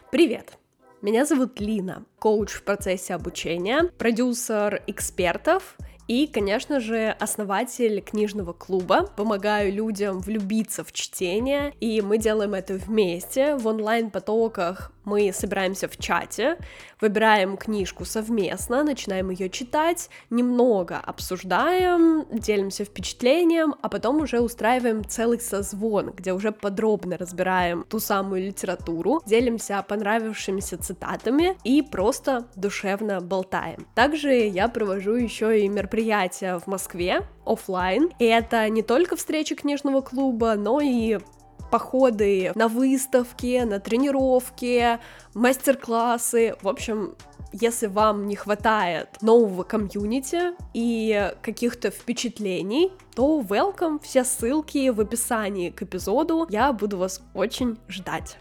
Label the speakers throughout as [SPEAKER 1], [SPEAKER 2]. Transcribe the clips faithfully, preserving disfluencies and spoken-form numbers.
[SPEAKER 1] Привет! Меня зовут Лина, коуч в процессе обучения, продюсер экспертов и, конечно же, основатель книжного клуба. Помогаю людям влюбиться в чтение, и мы делаем это вместе. В онлайн-потоках мы собираемся в чате, выбираем книжку совместно, начинаем ее читать, немного обсуждаем, делимся впечатлением, а потом уже устраиваем целый созвон, где уже подробно разбираем ту самую литературу, делимся понравившимися цитатами и просто душевно болтаем. Также я провожу еще и мероприятия в Москве офлайн, и это не только встречи книжного клуба, но и походы на выставки, на тренировки, мастер-классы. В общем, если вам не хватает нового комьюнити и каких-то впечатлений, то welcome, все ссылки в описании к эпизоду, я буду вас очень ждать.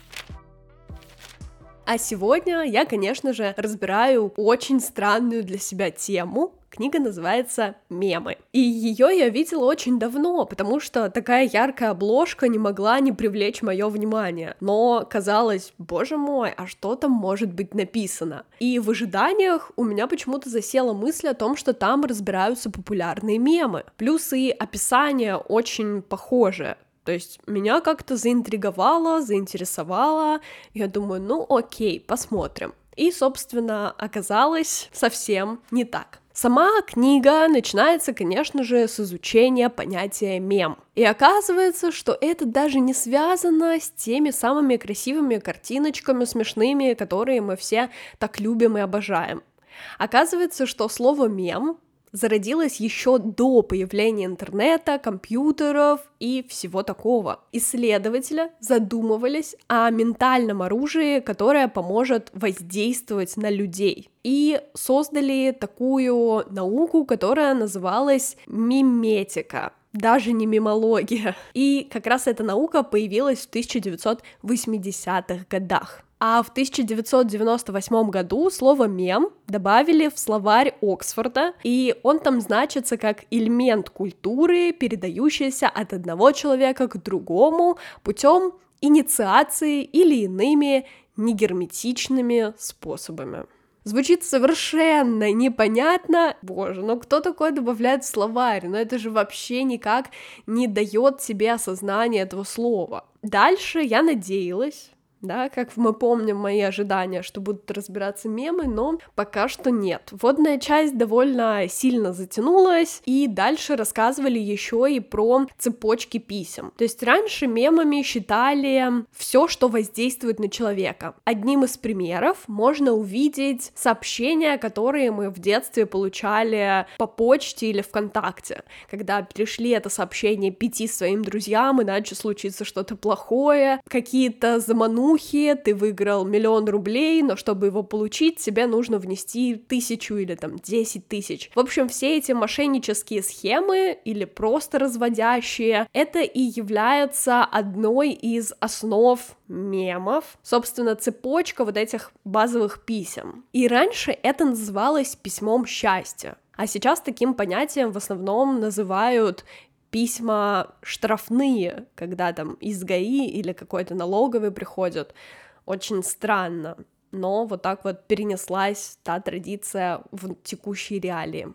[SPEAKER 1] А сегодня я, конечно же, разбираю очень странную для себя тему. Книга называется «Мемы». И ее я видела очень давно, потому что такая яркая обложка не могла не привлечь мое внимание. Но казалось, боже мой, а что там может быть написано? И в ожиданиях у меня почему-то засела мысль о том, что там разбираются популярные мемы. Плюс и описание очень похожее. То есть меня как-то заинтриговало, заинтересовало. Я думаю, ну окей, посмотрим. И, собственно, оказалось совсем не так. Сама книга начинается, конечно же, с изучения понятия мем. И оказывается, что это даже не связано с теми самыми красивыми картиночками смешными, которые мы все так любим и обожаем. Оказывается, что слово «мем» зародилась еще до появления интернета, компьютеров и всего такого. Исследователи задумывались о ментальном оружии, которое поможет воздействовать на людей. И создали такую науку, которая называлась миметика. Даже не мемология. И как раз эта наука появилась в тысяча девятьсот восьмидесятых годах. А в тысяча девятьсот девяносто восьмом году слово «мем» добавили в словарь Оксфорда, и он там значится как элемент культуры, передающийся от одного человека к другому путем инициации или иными негерметичными способами. Звучит совершенно непонятно. Боже, ну кто такое добавляет в словарь? Ну это же вообще никак не дает тебе осознания этого слова. Дальше я надеялась, да, как мы помним мои ожидания, что будут разбираться мемы, но пока что нет. Вводная часть довольно сильно затянулась, и дальше рассказывали еще и про цепочки писем. То есть раньше мемами считали все, что воздействует на человека. Одним из примеров можно увидеть сообщения, которые мы в детстве получали по почте или ВКонтакте. Когда пришли это сообщение пяти своим друзьям, иначе случится что-то плохое, какие-то заманухи, ты выиграл миллион рублей, но чтобы его получить, тебе нужно внести тысячу или там десять тысяч. В общем, все эти мошеннические схемы или просто разводящие, это и является одной из основ мемов, собственно, цепочка вот этих базовых писем. И раньше это называлось письмом счастья, а сейчас таким понятием в основном называют письма штрафные, когда там из ГАИ или какой-то налоговый приходят. Очень странно, но вот так вот перенеслась та традиция в текущие реалии.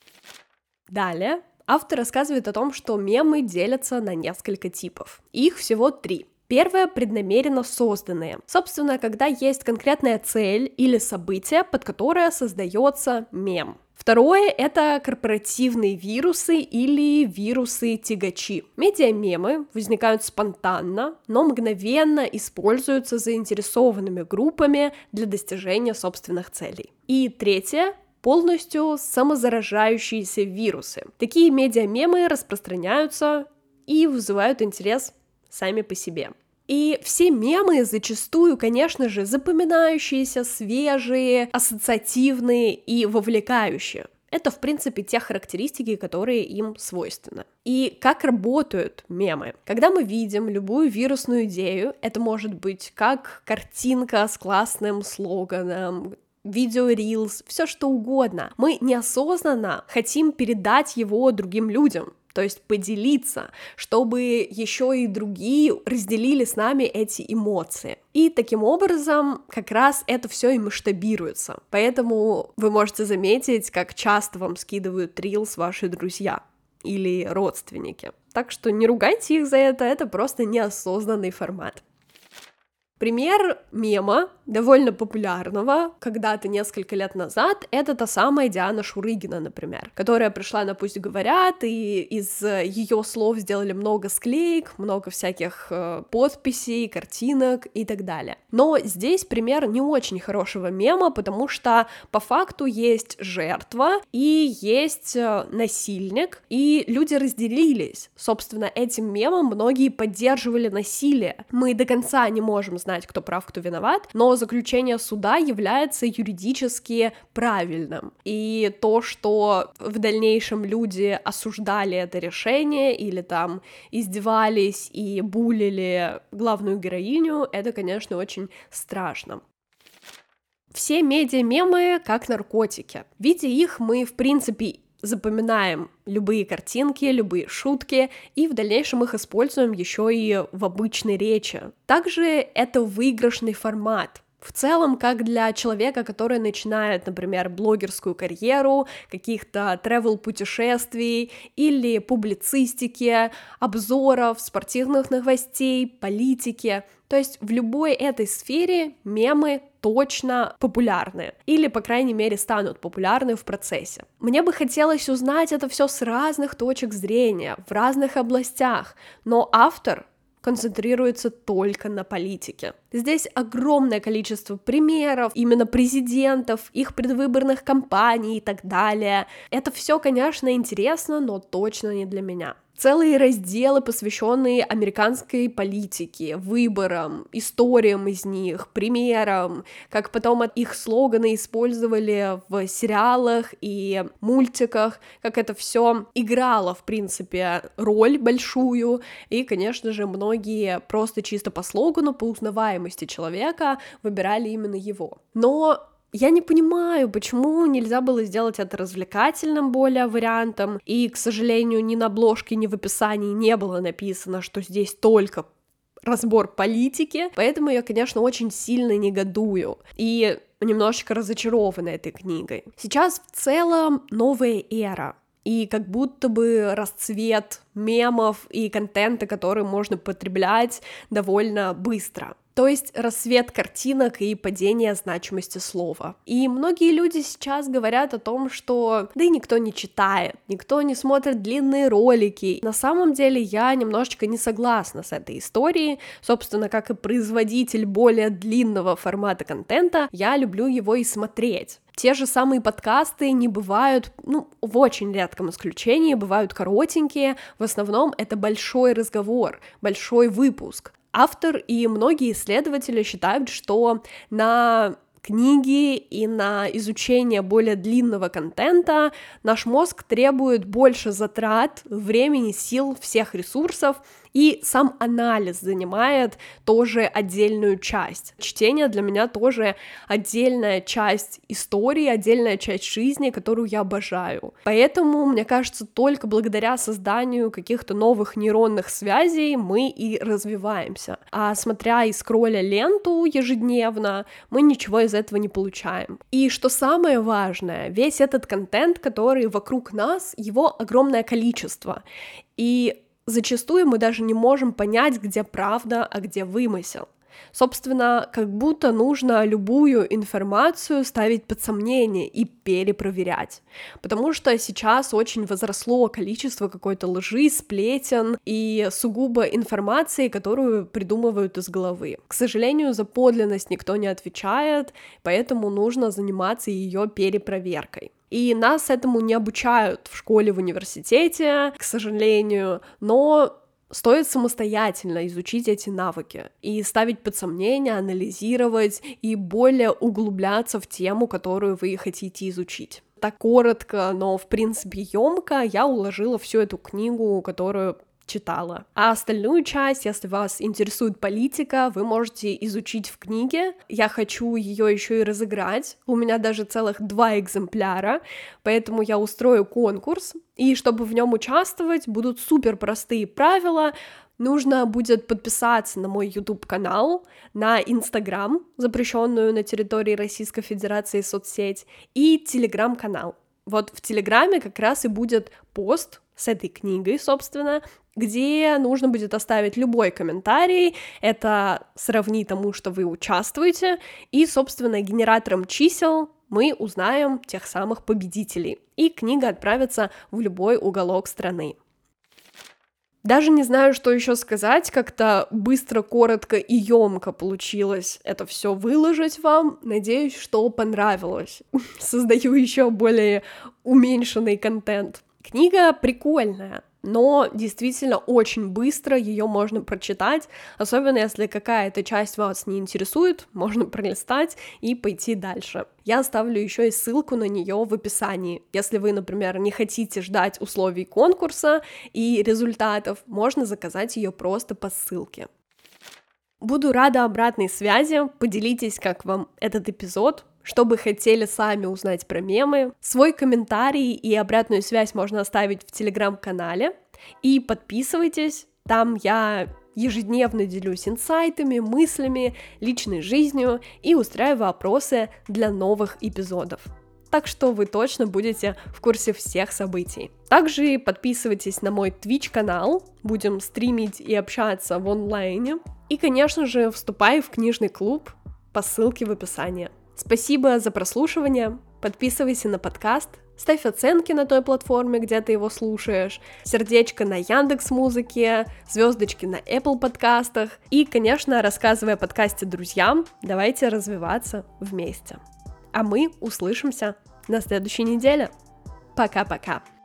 [SPEAKER 1] Далее автор рассказывает о том, что мемы делятся на несколько типов. Их всего три. Первое — преднамеренно созданные. Собственно, когда есть конкретная цель или событие, под которое создается мем. Второе — это корпоративные вирусы или вирусы-тягачи. Медиамемы возникают спонтанно, но мгновенно используются заинтересованными группами для достижения собственных целей. И третье — полностью самозаражающиеся вирусы. Такие медиамемы распространяются и вызывают интерес сами по себе. И все мемы зачастую, конечно же, запоминающиеся, свежие, ассоциативные и вовлекающие. Это, в принципе, те характеристики, которые им свойственны. И как работают мемы? Когда мы видим любую вирусную идею, это может быть как картинка с классным слоганом, видео, рилс, все что угодно. Мы неосознанно хотим передать его другим людям. то есть поделиться, чтобы еще и другие разделили с нами эти эмоции. И таким образом как раз это все и масштабируется. Поэтому вы можете заметить, как часто вам скидывают рилс ваши друзья или родственники. Так что не ругайте их за это, это просто неосознанный формат. Пример мема, довольно популярного, когда-то несколько лет назад, это та самая Диана Шурыгина, например, которая пришла на «Пусть говорят», и из ее слов сделали много склеек, много всяких э, подписей, картинок и так далее. Но здесь пример не очень хорошего мема, потому что по факту есть жертва и есть э, насильник, и люди разделились. Собственно, этим мемом многие поддерживали насилие. Мы до конца не можем знать, кто прав, кто виноват, но заключение суда является юридически правильным. И то, что в дальнейшем люди осуждали это решение или там издевались и буллили главную героиню, это, конечно, очень страшно. Все медиа-мемы как наркотики. Видя их, мы, в принципе, запоминаем любые картинки, любые шутки, и в дальнейшем их используем еще и в обычной речи. Также это выигрышный формат. В целом, как для человека, который начинает, например, блогерскую карьеру, каких-то travel-путешествий или публицистики, обзоров, спортивных новостей, политики. То есть в любой этой сфере мемы точно популярны, или, по крайней мере, станут популярны в процессе. Мне бы хотелось узнать это все с разных точек зрения, в разных областях, но автор концентрируется только на политике. Здесь огромное количество примеров, именно президентов, их предвыборных кампаний и так далее. Это все, конечно, интересно, но точно не для меня. Целые разделы, посвященные американской политике, выборам, историям из них, примерам, как потом их слоганы использовали в сериалах и мультиках, как это все играло, в принципе, роль большую, и, конечно же, многие просто чисто по слогану, по узнаваемости человека выбирали именно его. Но я не понимаю, почему нельзя было сделать это развлекательным более вариантом, и, к сожалению, ни на обложке, ни в описании не было написано, что здесь только разбор политики, поэтому я, конечно, очень сильно негодую и немножечко разочарована этой книгой. Сейчас в целом новая эра, и как будто бы расцвет мемов и контента, который можно потреблять довольно быстро. То есть рассвет картинок и падение значимости слова. И многие люди сейчас говорят о том, что да и никто не читает, никто не смотрит длинные ролики. На самом деле я немножечко не согласна с этой историей. Собственно, как и производитель более длинного формата контента, я люблю его и смотреть. Те же самые подкасты не бывают, ну, в очень редком исключении, бывают коротенькие, в основном это большой разговор, большой выпуск. Автор и многие исследователи считают, что на книги и на изучение более длинного контента наш мозг требует больше затрат, времени, сил, всех ресурсов, и сам анализ занимает тоже отдельную часть. Чтение для меня тоже отдельная часть истории, отдельная часть жизни, которую я обожаю. Поэтому, мне кажется, только благодаря созданию каких-то новых нейронных связей мы и развиваемся. А смотря и скролля ленту ежедневно, мы ничего из этого не получаем. И что самое важное, весь этот контент, который вокруг нас, его огромное количество. И зачастую мы даже не можем понять, где правда, а где вымысел. Собственно, как будто нужно любую информацию ставить под сомнение и перепроверять. Потому что сейчас очень возросло количество какой-то лжи, сплетен и сугубо информации, которую придумывают из головы. К сожалению, за подлинность никто не отвечает, поэтому нужно заниматься ее перепроверкой. И нас этому не обучают в школе, в университете, к сожалению, но стоит самостоятельно изучить эти навыки и ставить под сомнение, анализировать и более углубляться в тему, которую вы хотите изучить. Так коротко, но в принципе ёмко я уложила всю эту книгу, которую читала. А остальную часть, если вас интересует политика, вы можете изучить в книге. Я хочу ее еще и разыграть. У меня даже целых два экземпляра, поэтому я устрою конкурс. И чтобы в нем участвовать, будут супер простые правила. Нужно будет подписаться на мой YouTube-канал, на Instagram, запрещенную на территории Российской Федерации соцсеть, и Telegram-канал. Вот в Телеграме как раз и будет пост с этой книгой, собственно, где нужно будет оставить любой комментарий, это сравни тому, что вы участвуете, и, собственно, генератором чисел мы узнаем тех самых победителей, и книга отправится в любой уголок страны. Даже не знаю, что еще сказать, как-то быстро, коротко и емко получилось это все выложить вам. Надеюсь, что понравилось. Создаю еще более уменьшенный контент. Книга прикольная, но действительно очень быстро ее можно прочитать, особенно если какая-то часть вас не интересует, можно пролистать и пойти дальше. Я оставлю еще и ссылку на нее в описании. Если вы, например, не хотите ждать условий конкурса и результатов, можно заказать ее просто по ссылке. Буду рада обратной связи, поделитесь, как вам этот эпизод, что бы хотели сами узнать про мемы. Свой комментарий и обратную связь можно оставить в Телеграм-канале. И подписывайтесь, там я ежедневно делюсь инсайтами, мыслями, личной жизнью и устраиваю опросы для новых эпизодов. Так что вы точно будете в курсе всех событий. Также подписывайтесь на мой Twitch-канал, будем стримить и общаться в онлайне. И, конечно же, вступай в книжный клуб по ссылке в описании. Спасибо за прослушивание, подписывайся на подкаст, ставь оценки на той платформе, где ты его слушаешь, сердечко на Яндекс.Музыке, звездочки на Apple подкастах и, конечно, рассказывай о подкасте друзьям, давайте развиваться вместе. А мы услышимся на следующей неделе. Пока-пока!